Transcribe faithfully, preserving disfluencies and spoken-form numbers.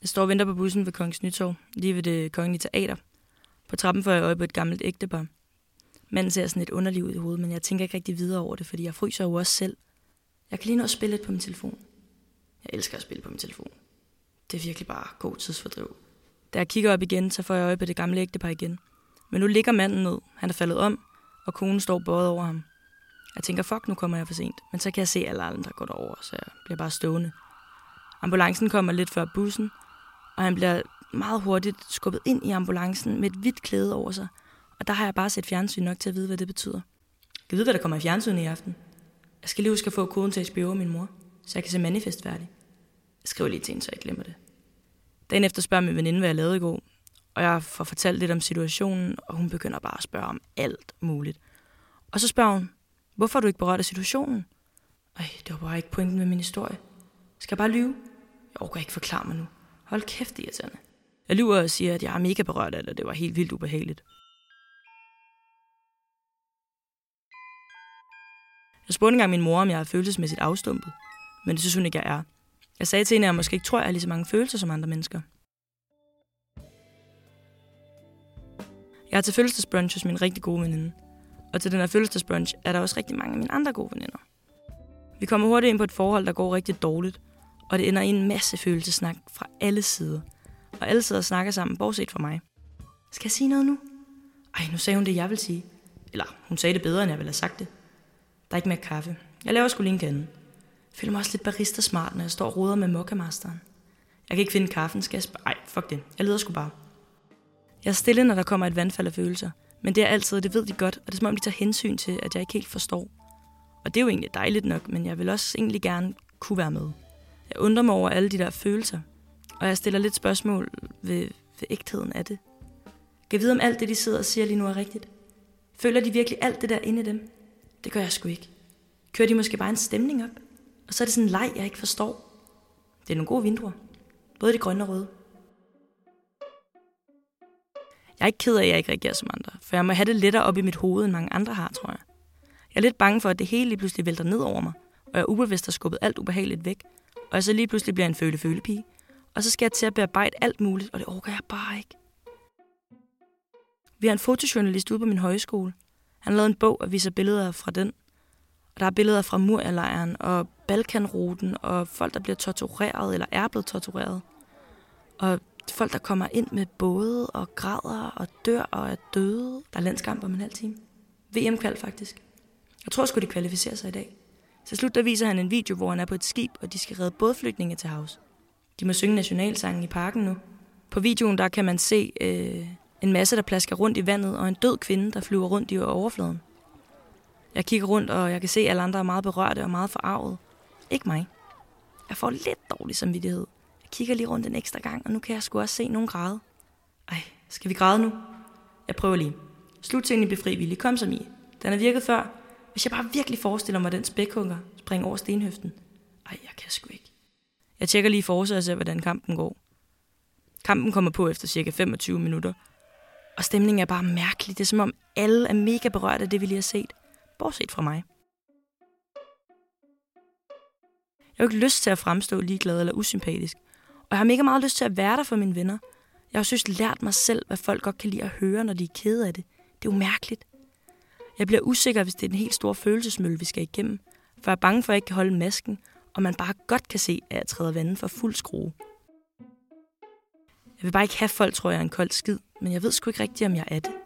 Jeg står og venter på bussen ved Kongens Nytorv, lige ved Det Kongelige Teater. På trappen får jeg øje på et gammelt ægtepar. Manden ser sådan lidt underlig ud i hovedet, men jeg tænker ikke rigtig videre over det, fordi jeg fryser jo også selv. Jeg kan lige nå at spille lidt på min telefon. Jeg elsker at spille på min telefon. Det er virkelig bare god tidsfordriv. Da jeg kigger op igen, så får jeg øje på det gamle ægtepar igen. Men nu ligger manden ned. Han er faldet om, og konen står bøjet over ham. Jeg tænker, fuck, nu kommer jeg for sent. Men så kan jeg se, at alle andre går derover, så jeg bliver bare stående. Ambulancen kommer lidt før bussen, og han bliver meget hurtigt skubbet ind i ambulancen med et hvidt klæde over sig. Og der har jeg bare set fjernsyn nok til at vide, hvad det betyder. Jeg kan vide, hvad der kommer i fjernsynet i aften. Jeg skal lige huske at få koden til H B O af min mor, så jeg kan se Manifest færdig. Jeg skriver lige til hende, så jeg glemmer det. Dagen efter spørger min veninde, hvad jeg lavede i går, og jeg får fortalt lidt om situationen, og hun begynder bare at spørge om alt muligt. Og så spørger hun, hvorfor er du ikke berørt af situationen? Ej, det var bare ikke pointen med min historie. Skal jeg bare lyve? Jeg orker ikke forklare mig nu. Hold kæft, irriterende. Jeg lyver og siger, at jeg er mega berørt af det, og det var helt vildt ubehageligt. Jeg spurgte engang min mor, om jeg er følelsesmæssigt afstumpet, men det synes hun ikke, jeg er. Jeg sagde til hende, at jeg måske ikke tror, at jeg har lige så mange følelser som andre mennesker. Jeg har til fødselsdagsbrunch hos min rigtig gode veninde, og til den her fødselsdagsbrunch er der også rigtig mange af mine andre gode veninder. Vi kommer hurtigt ind på et forhold, der går rigtig dårligt, og det ender i en masse følelsesnak fra alle sider. Og alle sidder og snakker sammen, bortset fra mig. Skal jeg sige noget nu? Ej, nu sagde hun det, jeg vil sige. Eller hun sagde det bedre, end jeg ville have sagt det. Der er ikke mere kaffe. Jeg laver sgu lige en kande. Jeg føler mig også lidt barista-smart, når jeg står og roder med mokkemasteren. Jeg kan ikke finde kaffen, skal jeg spørge? Ej, fuck det. Jeg leder sgu bare. Jeg er stille, når der kommer et vandfald af følelser. Men det er altid, det ved de godt, og det er som om, de tager hensyn til, at jeg ikke helt forstår. Og det er jo egentlig dejligt nok, men jeg vil også egentlig gerne kunne være med. Jeg undrer mig over alle de der følelser, og jeg stiller lidt spørgsmål ved, ved ægtheden af det. Kan jeg vide, om alt det, de sidder og siger lige nu er rigtigt? Føler de virkelig alt det der inde i dem? Det gør jeg sgu ikke. Kører de måske bare en stemning op? Og så er det sådan en leg, jeg ikke forstår. Det er nogle gode vinduer. Både de grønne og røde. Jeg er ikke ked af, at jeg ikke reagerer som andre, for jeg må have det lettere op i mit hoved, end mange andre har, tror jeg. Jeg er lidt bange for, at det hele lige pludselig vælter ned over mig, og jeg ubevidst har skubbet alt ubehageligt væk, og jeg så lige pludselig bliver en føle-føle-pige, og så skal jeg til at bearbejde alt muligt, og det orker jeg bare ikke. Vi har en fotojournalist ude på min højskole. Han har lavet en bog og viser billeder fra den. Og der er billeder fra Moria-lejren og Balkanruten og folk, der bliver tortureret eller er blevet tortureret. Og folk, der kommer ind med både og græder og dør og er døde. Der er landskamp om en halv time. V M-kval faktisk. Jeg tror sgu, de kvalificerer sig i dag. Til slut der viser han en video, hvor han er på et skib, og de skal redde bådflygtninge til havs. De må synge nationalsangen i parken nu. På videoen der kan man se øh, en masse, der plasker rundt i vandet, og en død kvinde, der flyver rundt i overfladen. Jeg kigger rundt, og jeg kan se, at alle andre er meget berørte og meget forarvet. Ikke mig. Jeg får lidt dårlig samvittighed. Jeg kigger lige rundt en ekstra gang, og nu kan jeg sgu også se nogen græde. Ej, skal vi græde nu? Jeg prøver lige. Slutscenen i Befrivillig. Kom som i. Den har virket før. Hvis jeg bare virkelig forestiller mig den spækhugger springe over stenhøften. Ej, jeg kan sgu ikke. Jeg tjekker lige for sig og ser, hvordan kampen går. Kampen kommer på efter cirka femogtyve minutter. Og stemningen er bare mærkelig. Det er som om alle er mega berørt af det, vi lige har set. Bortset fra mig. Jeg har jo ikke lyst til at fremstå ligeglad eller usympatisk. Og jeg har mega meget lyst til at være der for mine venner. Jeg har synes lært mig selv, hvad folk godt kan lide at høre, når de er kede af det. Det er jo mærkeligt. Jeg bliver usikker, hvis det er den helt store følelsesmølle, vi skal igennem. For jeg er bange for, at jeg ikke kan holde masken, og man bare godt kan se, at jeg træder vandet for fuld skrue. Jeg vil bare ikke have folk, tror jeg, er en kold skid, men jeg ved sgu ikke rigtigt, om jeg er det.